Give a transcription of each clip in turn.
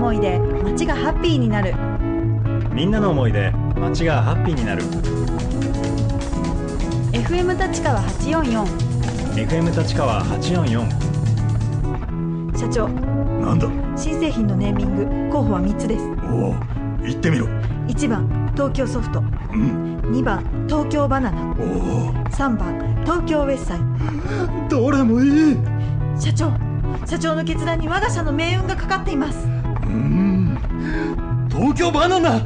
思いで街がハッピーになる。 みんなの思いで街がハッピーになる。 FM 立川844。 FM 立川844。 社長、 なんだ。 新製品のネーミング候補は3つです。 おお、言ってみろ。 1番東京ソフト、2番東京バナナ、 おお、 3番東京ウェッサイ。 どれもいい。 社長の決断に我が社の命運がかかっています。 東京バナナ。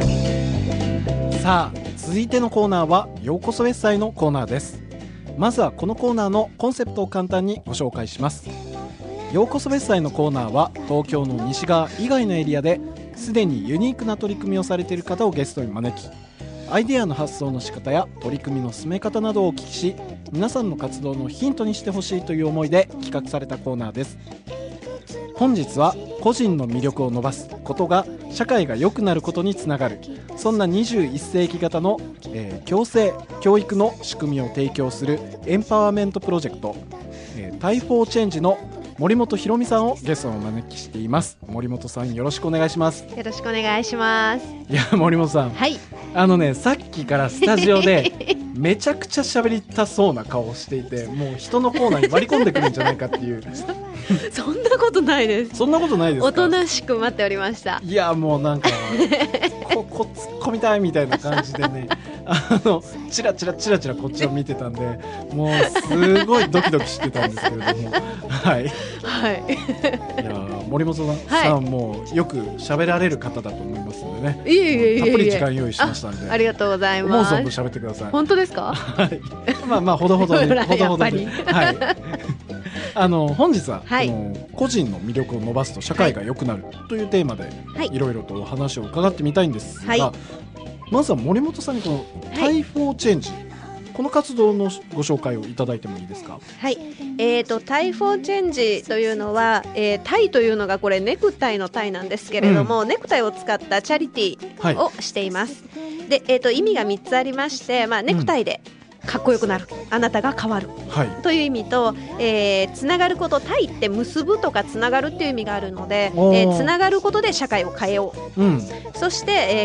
さあ、続いてのコーナーはようこそウェッサイのコーナーです。まずはこのコーナーのコンセプトを簡単にご紹介します。ようこそウェッサイのコーナーは東京の西側以外のエリアですでにユニークな取り組みをされている方をゲストに招き、アイデアの発想の仕方や取り組みの進め方などをお聞きし、皆さんの活動のヒントにしてほしいという思いで企画されたコーナーです。本日は個人の魅力を伸ばすことが社会が良くなることにつながる、そんな21世紀型の、共生教育の仕組みを提供するエンパワーメントプロジェクト、タイフォーチェンジの森本ひろみさんをゲストにお招きしています。森本さん、よろしくお願いします。 よろしくお願いします。 いや、森本さん、 はい、 さっきからスタジオでめちゃくちゃ喋りたそうな顔をしていて、もう人のコーナーに割り込んでくるんじゃないかっていうそんなことないです。 そんなことないですか。 おとなしく待っておりました。 いや、もうなんかこ突っ込みたいみたいな感じでね、チラチラこっちを見てたんで、もうすごいドキドキしてたんですけれどもはいはい。 いや、森本さん、もうよく喋られる方だと思いますのでね、 いえたっぷり時間用意しましたんで、 ありがとうござい思うます。 存分喋ってください。 本当ですか。 はい、まあほどほどにほどにはい。本日は、 はい、 個人の魅力を伸ばすと社会が良くなるというテーマで、いろいろとお話を伺ってみたいんですが、はい、まずは森本さんにこのタイフォーチェンジ、この活動のご紹介をいただいてもいいですか。 はい、タイフォーチェンジというのは、タイというのがこれネクタイのタイなんですけれども、ネクタイを使ったチャリティーをしています。で、意味が3つありまして、ネクタイでかっこよくなる、あなたが変わる、という意味と、つながること、タイって結ぶとかつながるっていう意味があるので、つながることで社会を変えよう、そして、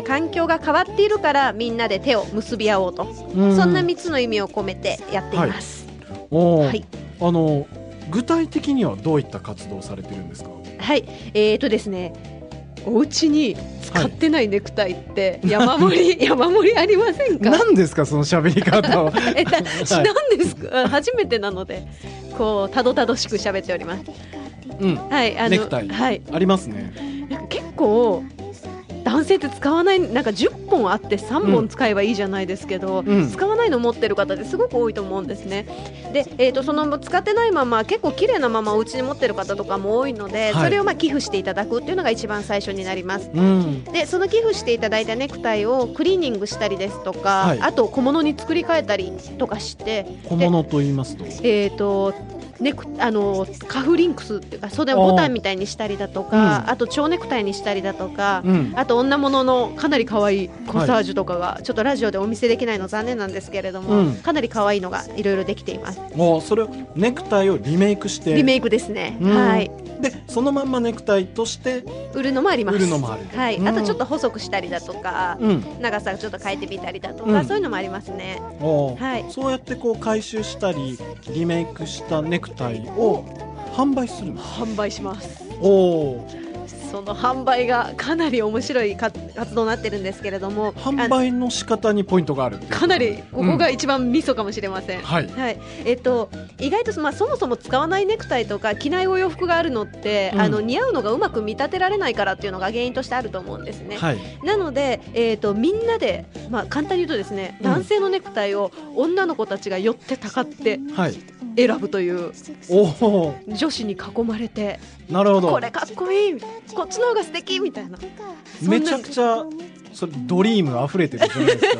環境が変わっているからみんなで手を結び合おうと、そんな3つの意味を込めてやっています。 具体的にはどういった活動をされてるんですか。 はい、ですね、お家に使ってないネクタイって山盛りありませんか。 何ですかその喋り方は。 何ですか。初めてなのでこうたどたどしく喋っております。はい、 ネクタイ、はい、ありますね。 結構男性って使わない、なんか10本あって3本使えばいいじゃないですけど、使わないの持ってる方ってすごく多いと思うんですね。で、その使ってないまま結構綺麗なままお家に持ってる方とかも多いので、それを寄付していただくっていうのが一番最初になります。で、その寄付していただいたネクタイをクリーニングしたりですとか、あと小物に作り変えたりとかして。 小物と言いますと、 カフリンクスっていうか袖をボタンみたいにしたりだとか、あと蝶ネクタイにしたりだとか、あと女物のかなり可愛いコサージュとかが、ちょっとラジオでお見せできないの残念なんですけれども、かなり可愛いのがいろいろできています。 もうそれをネクタイをリメイクして。 リメイクですね。はい。 でそのまんまネクタイとして売るのもあります。 売るのもある。 はい。あとちょっと細くしたりだとか、長さをちょっと変えてみたりだとか、そういうのもありますね。はい。 そうやってこう回収したりリメイクしたネクタイを販売するんです。 販売します。 おー。 その販売がかなり面白い活動になってるんですけれども、 販売の仕方にポイントがある。 かなりここが一番ミソかもしれません。はい。はい。意外とそもそも使わないネクタイとか着ないお洋服があるのって、似合うのがうまく見立てられないからっていうのが原因としてあると思うんですね。はい。なので、みんなで、簡単に言うとですね、男性のネクタイを女の子たちが寄ってたかって、選ぶという、女子に囲まれて、 なるほど、 これかっこいい、こっちの方が素敵みたいな、 めちゃくちゃそれドリームあふれてるじゃないですか。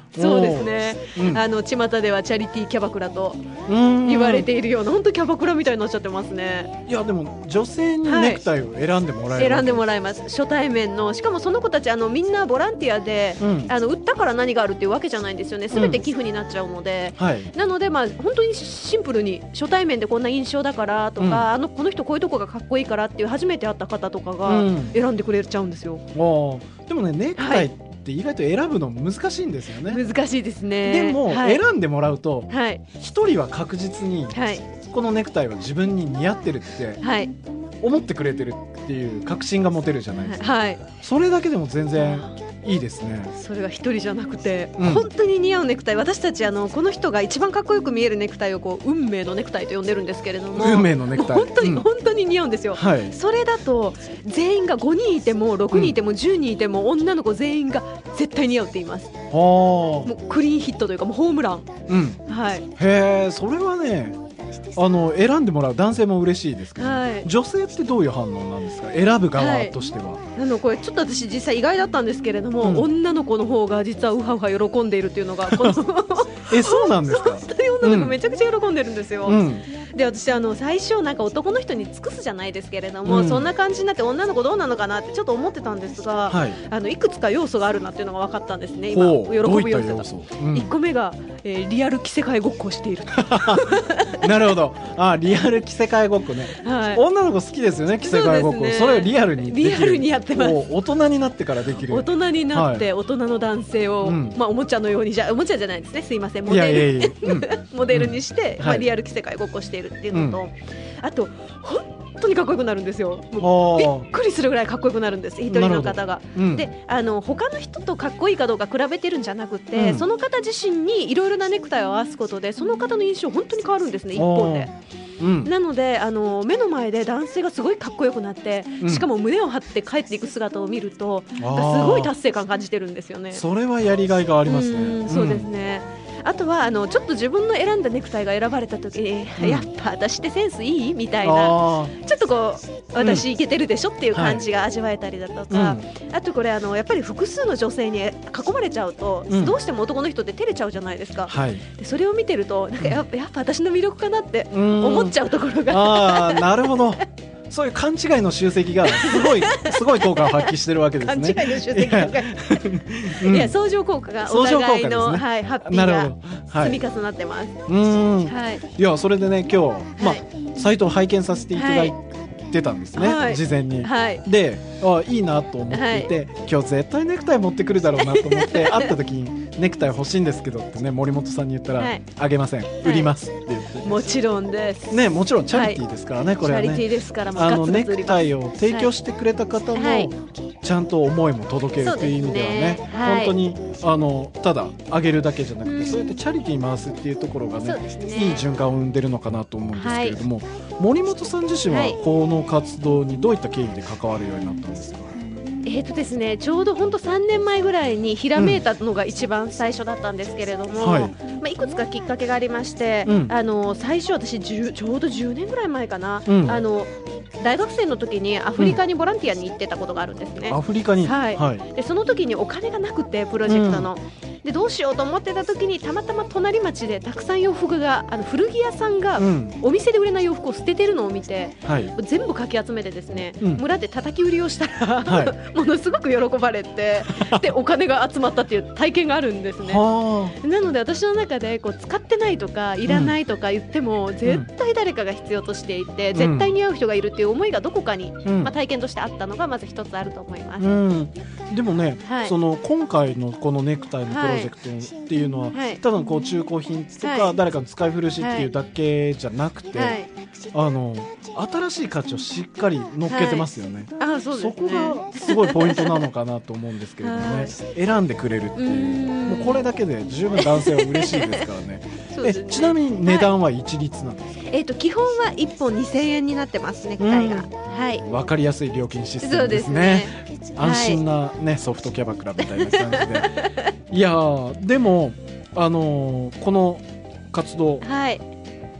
そうですね、巷ではチャリティーキャバクラと言われているような本当キャバクラみたいになっちゃってますね。 いやでも女性にネクタイを選んでもらえる、 選んでもらいます。初対面の、しかもその子たちみんなボランティアで、売ったから何があるっていうわけじゃないんですよね。全て寄付になっちゃうので、なので本当にシンプルに初対面でこんな印象だからとか、この人こういうとこがかっこいいからっていう初めて会った方とかが選んでくれちゃうんですよ。 でもねネクタイって意外と選ぶの難しいんですよね。 難しいですね。 でも、選んでもらうと一人は確実にこのネクタイは自分に似合ってるって思ってくれてるっていう確信が持てるじゃないですか。それだけでも全然いいですね。 それが一人じゃなくて、本当に似合うネクタイ、私たちこの人が一番かっこよく見えるネクタイを運命のネクタイと呼んでるんですけれども、 運命のネクタイ本当に似合うんですよ。それだと全員が5人いても6人いても10人いても女の子全員が絶対似合うって言います。もうクリーンヒットというかもうホームラン。 へー、それはね選んでもらう男性も嬉しいですけど、女性ってどういう反応なんですか、選ぶ側としては。 これちょっと私実際意外だったんですけれども、女の子の方が実はウハウハ喜んでいるっていうのがそうなんですか。 本当に女の子めちゃくちゃ喜んでるんですよ。で私最初なんか男の人に尽くすじゃないですけれども、そんな感じになって女の子どうなのかなってちょっと思ってたんですが、いくつか要素があるなっていうのが分かったんですね。今喜ぶ要素が1個目が、リアル着せ替えごっこをしているなるほど。リアル着せ替えごっこね、女の子好きですよね、着せ替えごっこ。それをリアルにできる。 リアルにやってます。 大人になってからできる。 大人になって大人の男性を、おもちゃのようにおもちゃじゃないですね、すいません、モデルにして、リアル着せ替えごっこしているっていうのと、あと本当にかっこよくなるんですよ。もうびっくりするぐらいかっこよくなるんです、一人の方が。で他の人とかっこいいかどうか比べてるんじゃなくて、その方自身にいろいろなネクタイを合わすことでその方の印象本当に変わるんですね、一本で。なので目の前で男性がすごいかっこよくなって、しかも胸を張って帰っていく姿を見るとすごい達成感感じてるんですよね。 それはやりがいがありますね。 そうですね。あとはちょっと自分の選んだネクタイが選ばれた時に、やっぱ私ってセンスいいみたいな、ちょっとこう私いけてるでしょっていう感じが味わえたりだとか、あとこれやっぱり複数の女性に囲まれちゃうと、どうしても男の人って照れちゃうじゃないですか。でそれを見てるとなんかやっぱ私の魅力かなって思っちゃうところが。 なるほど。そういう勘違いの集積がすごい効果を発揮してるわけですね。 勘違いの集積がいや相乗効果がお互いの、ハッピーが積み重なってます。 いやそれでね今日、サイトを拝見させていただいてたんですね、事前に。でいいなと思っていて、今日絶対ネクタイ持ってくるだろうなと思って会った時にネクタイ欲しいんですけどってね森本さんに言ったら、あげません、売りますって言って。 もちろんですね、もちろんチャリティーですからね、これはね。 チャリティーですからネクタイを提供してくれた方もちゃんと思いも届けるという意味ではね、本当にただあげるだけじゃなくて、そうやってチャリティー回すっていうところがね、いい循環を生んでるのかなと思うんですけれども、森本さん自身はこの活動にどういった経緯で関わるようになったんですか？ ですね、ちょうど本当3年前ぐらいにひらめいたのが一番最初だったんですけれども、いくつかきっかけがありまして、最初私ちょうど10年ぐらい前かな、大学生の時にアフリカにボランティアに行ってたことがあるんですね。 アフリカに、 でその時にお金がなくてプロジェクトの、でどうしようと思ってた時にたまたま隣町でたくさん洋服が古着屋さんがお店で売れない洋服を捨ててるのを見て、全部かき集めてですね、村で叩き売りをしたら、ものすごく喜ばれてでお金が集まったっていう体験があるんですね。なので私の中でこう使ってないとかいらないとか言っても、絶対誰かが必要としていて、絶対似合う人がいるっていう思いがどこかに、体験としてあったのがまず一つあると思います。 でもね、その今回のこのネクタイのプロジェクトっていうのは、ただのこう中古品とか、誰かの使い古しっていうだけじゃなくて、新しい価値をしっかり乗っけてますよね。そこがすごいポイントなのかなと思うんですけれどもね、選んでくれるっていう、もうこれだけで十分男性は嬉しいですからね。ちなみに値段は一律なんですか？ 基本は1本2000円になってます、ネクタイが。 分かりやすい料金システムですね。安心な、ソフトキャバクラみたいな感じでいやでもこの活動、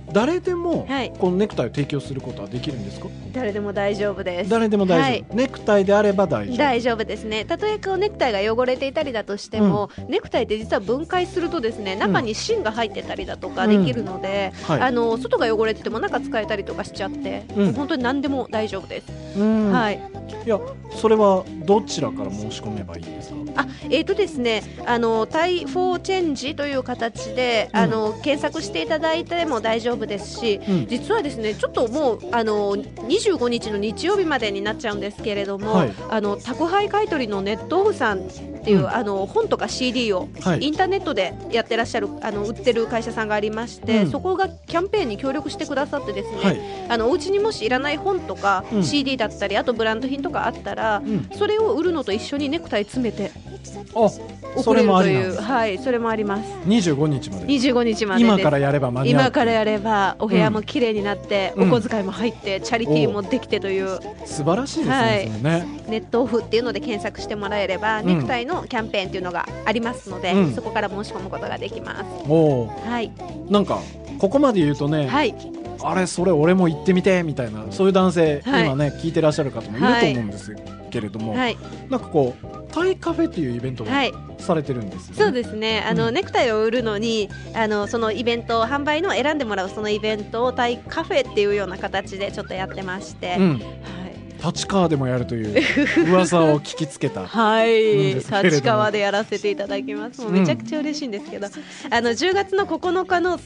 誰でもはいこのネクタイを提供することはできるんですか？ 誰でも大丈夫です。 誰でも大丈夫、 はいネクタイであれば大丈夫。 大丈夫ですね。たとえこうネクタイが汚れていたりだとしても、ネクタイって実は分解するとですね、中に芯が入ってたりだとかできるので、 はい外が汚れてても中使えたりとかしちゃって、本当に何でも大丈夫です。はい。 いや、それはどちらから申し込めばいいですか？ ですね、タイフォーチェンジという形で、検索していただいても大丈夫ですし、実はですね、ちょっともう25日の日曜日までになっちゃうんですけれども、 はい、 宅配買取のネットオフさんっていう、本とか CD をインターネットでやってらっしゃる売ってる会社さんがありまして、そこがキャンペーンに協力してくださってですね、お家にもしいらない本とか、CD だったりあとブランド品とかあったら、それを売るのと一緒にネクタイ詰めて送れるという、それもあります。 25日まで 25日までです。 今からやれば間に合う。 今からやればお部屋も綺麗になって、お小遣いも入ってチャリティーもできてという素晴らしいですね、 ネットオフっていうので検索してもらえれば、ネクタイのキャンペーンっていうのがありますので、そこから申し込むことができます。 なんかここまで言うとね、あれそれ俺も行ってみてみたいな、そういう男性、今ね聞いてらっしゃる方もいると思うんですけれども、なんかこうタイカフェっていうイベントがされてるんですよね。 そうですね、ネクタイを売るのにそのイベント販売の選んでもらうそのイベントをタイカフェっていうような形でちょっとやってまして、 立川でもやるという噂を聞きつけた立川でやらせていただきます。もうめちゃくちゃ嬉しいんですけど、10月の9日の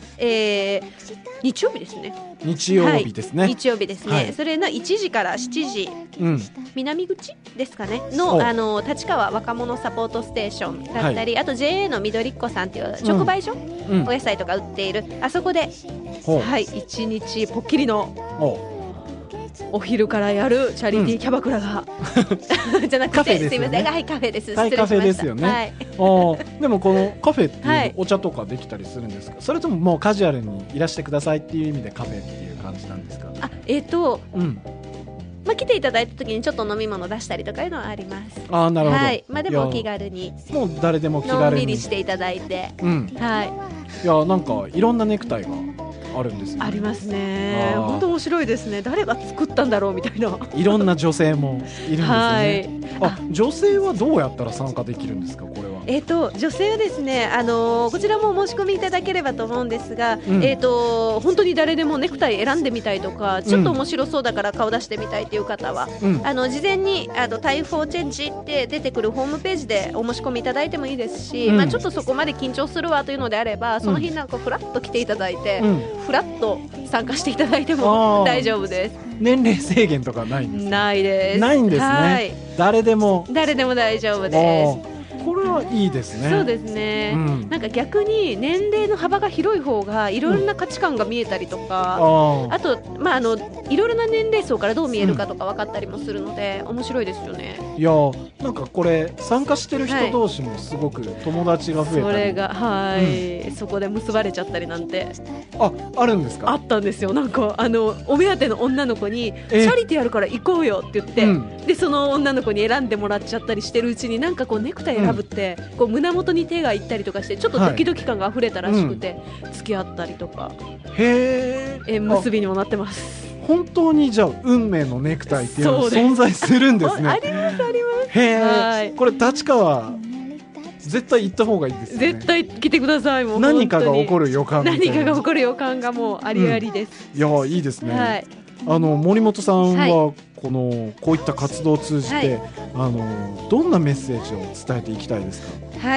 日曜日ですね。 日曜日ですね。 日曜日ですね。それの1時から7時、南口ですかねの立川若者サポートステーションだったり、あと JA の緑っ子さんっていう直売所、お野菜とか売っているあそこで、1日ぽっきりのお昼からやるチャリティーキャバクラが、じゃなくて、すいません、カフェです。 タイカフェですよね。でもこのカフェっていうお茶とかできたりするんですか？それとももうカジュアルにいらしてくださいっていう意味でカフェっていう感じなんですか？ 来ていただいた時にちょっと飲み物出したりとかいうのはあります。 なるほど。 でもお気軽に、 もう誰でも気軽にのんびりしていただいて、 いや、なんかいろんなネクタイがあるんですよね。 ありますね。本当面白いですね。誰が作ったんだろうみたいな。 いろんな女性もいるんですよね。女性はどうやったら参加できるんですか？これは。 女性はですね、こちらも申し込みいただければと思うんですが、本当に誰でもネクタイ選んでみたいとか、ちょっと面白そうだから顔出してみたいという方は、事前にタイフォーチェンジって出てくるホームページでお申し込みいただいてもいいですし、ちょっとそこまで緊張するわというのであれば、その日なんかフラッと来ていただいて、フラッと参加していただいても大丈夫です。 年齢制限とかないんですか？ ないです。 ないんですね。誰でも大丈夫です。 これはいいですね。 そうですね、なんか逆に年齢の幅が広い方がいろいろな価値観が見えたりとか、あと、いろいろな年齢層からどう見えるかとか分かったりもするので、面白いですよね。 いや、なんかこれ参加してる人同士もすごく友達が増えたり、 それがそこで結ばれちゃったりなんてあるんですか？ あったんですよ。なんかお目当ての女の子にチャリティーやるから行こうよって言って、でその女の子に選んでもらっちゃったりしてるうちに、なんかこうネクタイ選ぶって、こう胸元に手がいったりとかして、ちょっとドキドキ感が溢れたらしくて、付き合ったりとか、縁結びにもなってます。 本当にじゃあ運命のネクタイっていうのが存在するんですね。 ありますあります。 これ立川絶対行った方がいいですね。 絶対来てください。もう何かが起こる予感みたいな。 何かが起こる予感がもうありありです。 いや、いいですね。森本さんはこういった活動を通じて、どんなメッセージを伝えていきたいですか？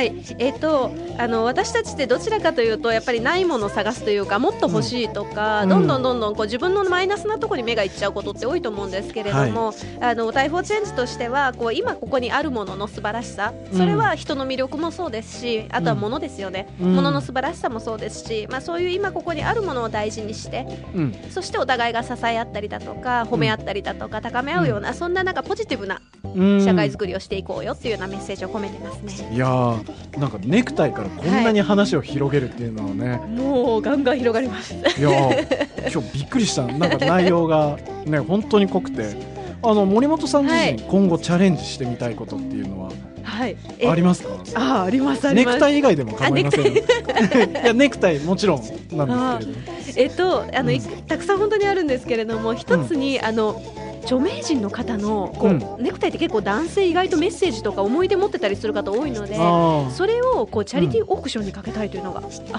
私たちってどちらかというとやっぱりないものを探すというか、もっと欲しいとか、どんどんこう自分のマイナスなところに目がいっちゃうことって多いと思うんですけれども、タイフォーチェンジとしてはこう今ここにあるものの素晴らしさ、それは人の魅力もそうですし、あとは物ですよね、物の素晴らしさもそうですし、そういう今ここにあるものを大事にして、そしてお互いが支え合ったりだとか褒め合ったりだとか高め合うような、そんななんかポジティブな社会づくりをしていこうよっていうようなメッセージを込めてますね。 いやー、なんかネクタイからこんなに話を広げるっていうのはね、 もうガンガン広がります。 いや今日びっくりした。なんか内容がね本当に濃くて、 森本さん自身、 はい、 今後チャレンジしてみたいことっていうのははい、 ありますか？ あります。 ネクタイ以外でも構いませんよ。いやネクタイもちろんなんですけれど、 たくさん本当にあるんですけれども、一つに、著名人の方のネクタイって結構男性意外とメッセージとか思い出持ってたりする方多いので、それをチャリティーオークションにかけたいというのがあって、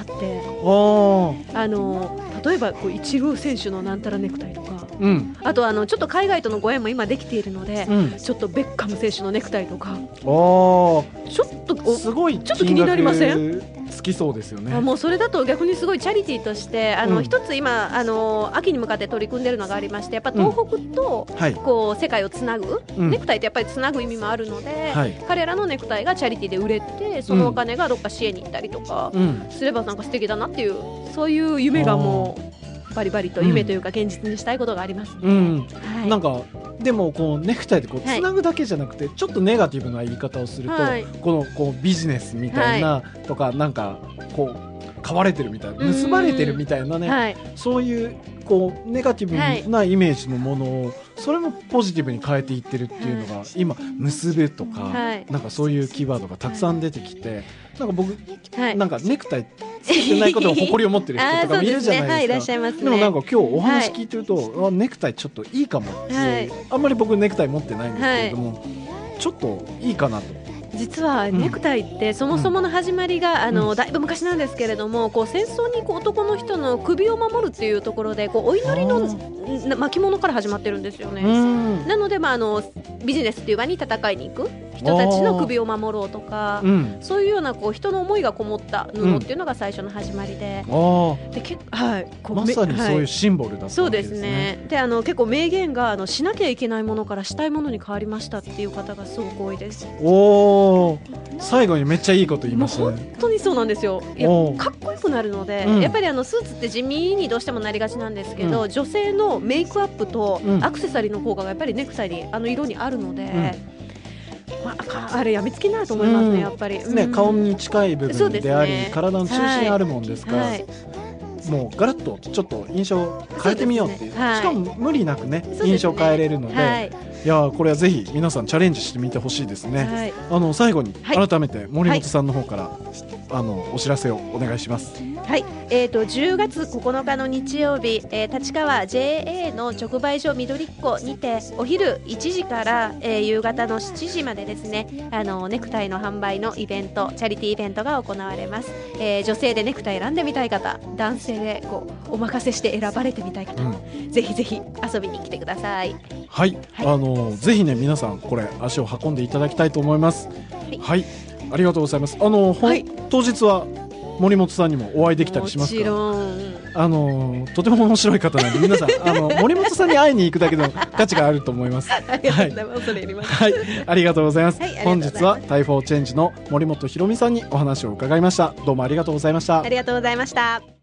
例えばイチロー選手のなんたらネクタイとか、あとちょっと海外とのご縁も今できているので、ちょっとベッカム選手のネクタイとか、ちょっとすごいちょっと気になりません？ 好きそうですよね。 もうそれだと逆にすごいチャリティーとして一つ今秋に向かって取り組んでいるのがありまして、やっぱ東北と世界をつなぐ、ネクタイってやっぱりつなぐ意味もあるので、彼らのネクタイがチャリティーで売れて、そのお金がどっか支援に行ったりとかすればなんか素敵だなっていう、そういう夢がもうバリバリと夢というか現実にしたいことがあります、 なんかでもネクタイでつなぐだけじゃなくて、ちょっとネガティブな言い方をすると、このビジネスみたいなとか、なんか買われてるみたいな、盗まれてるみたいなね、そういうネガティブなイメージのものをそれもポジティブに変えていってるっていうのが、今結ぶとか、なんかそういうキーワードがたくさん出てきて、なんか僕、なんかネクタイつけてないことを誇りを持ってる人とかもいるじゃないですか。でもなんか今日お話聞いてると、ネクタイちょっといいかもって、あんまり僕ネクタイ持ってないんですけれども、ちょっといいかなと。 実はネクタイってそもそもの始まりが、だいぶ昔なんですけれども、戦争に行く男の人の首を守るっていうところで、お祈りの巻物から始まってるんですよね。なので、ビジネスっていう場に戦いに行く人たちの首を守ろうとか、そういうような人の思いがこもった布っていうのが最初の始まりで、 まさにそういうシンボルだったわけですね。 そうですね。で結構名言がしなきゃいけないものからしたいものに変わりましたっていう方がすごく多いです。 最後にめっちゃいいこと言いましたね。 本当にそうなんですよ。かっこよくなるので、やっぱりスーツって地味にどうしてもなりがちなんですけど、女性のメイクアップとアクセサリーの効果がやっぱりネクタイに色にあるので、あれやみつきになると思いますね、やっぱり、 顔に近い部分であり、体の中心にあるもんですから、もうガラッとちょっと印象を変えてみようっていう、しかも無理なくね、印象を変えれるので、いやこれはぜひ皆さんチャレンジしてみてほしいですね。最後に改めて森本さんの方から、お知らせをお願いします。 10月9日の日曜日、立川 JA の直売所緑っ子にてお昼1時から、夕方の7時までですね、ネクタイの販売のイベント、チャリティーイベントが行われます。女性でネクタイ選んでみたい方、男性でお任せして選ばれてみたい方、ぜひぜひ遊びに来てください。 ぜひね皆さんこれ足を運んでいただきたいと思います。ありがとうございます。当日は森本さんにもお会いできたりしますか？もちろん。とても面白い方なんで、皆さん森本さんに会いに行くだけの価値があると思います。 ありがとうございます。恐れ入ります。 ありがとうございます。本日はタイフォーチェンジの森本ひろみさんにお話を伺いました。どうもありがとうございました。 ありがとうございました。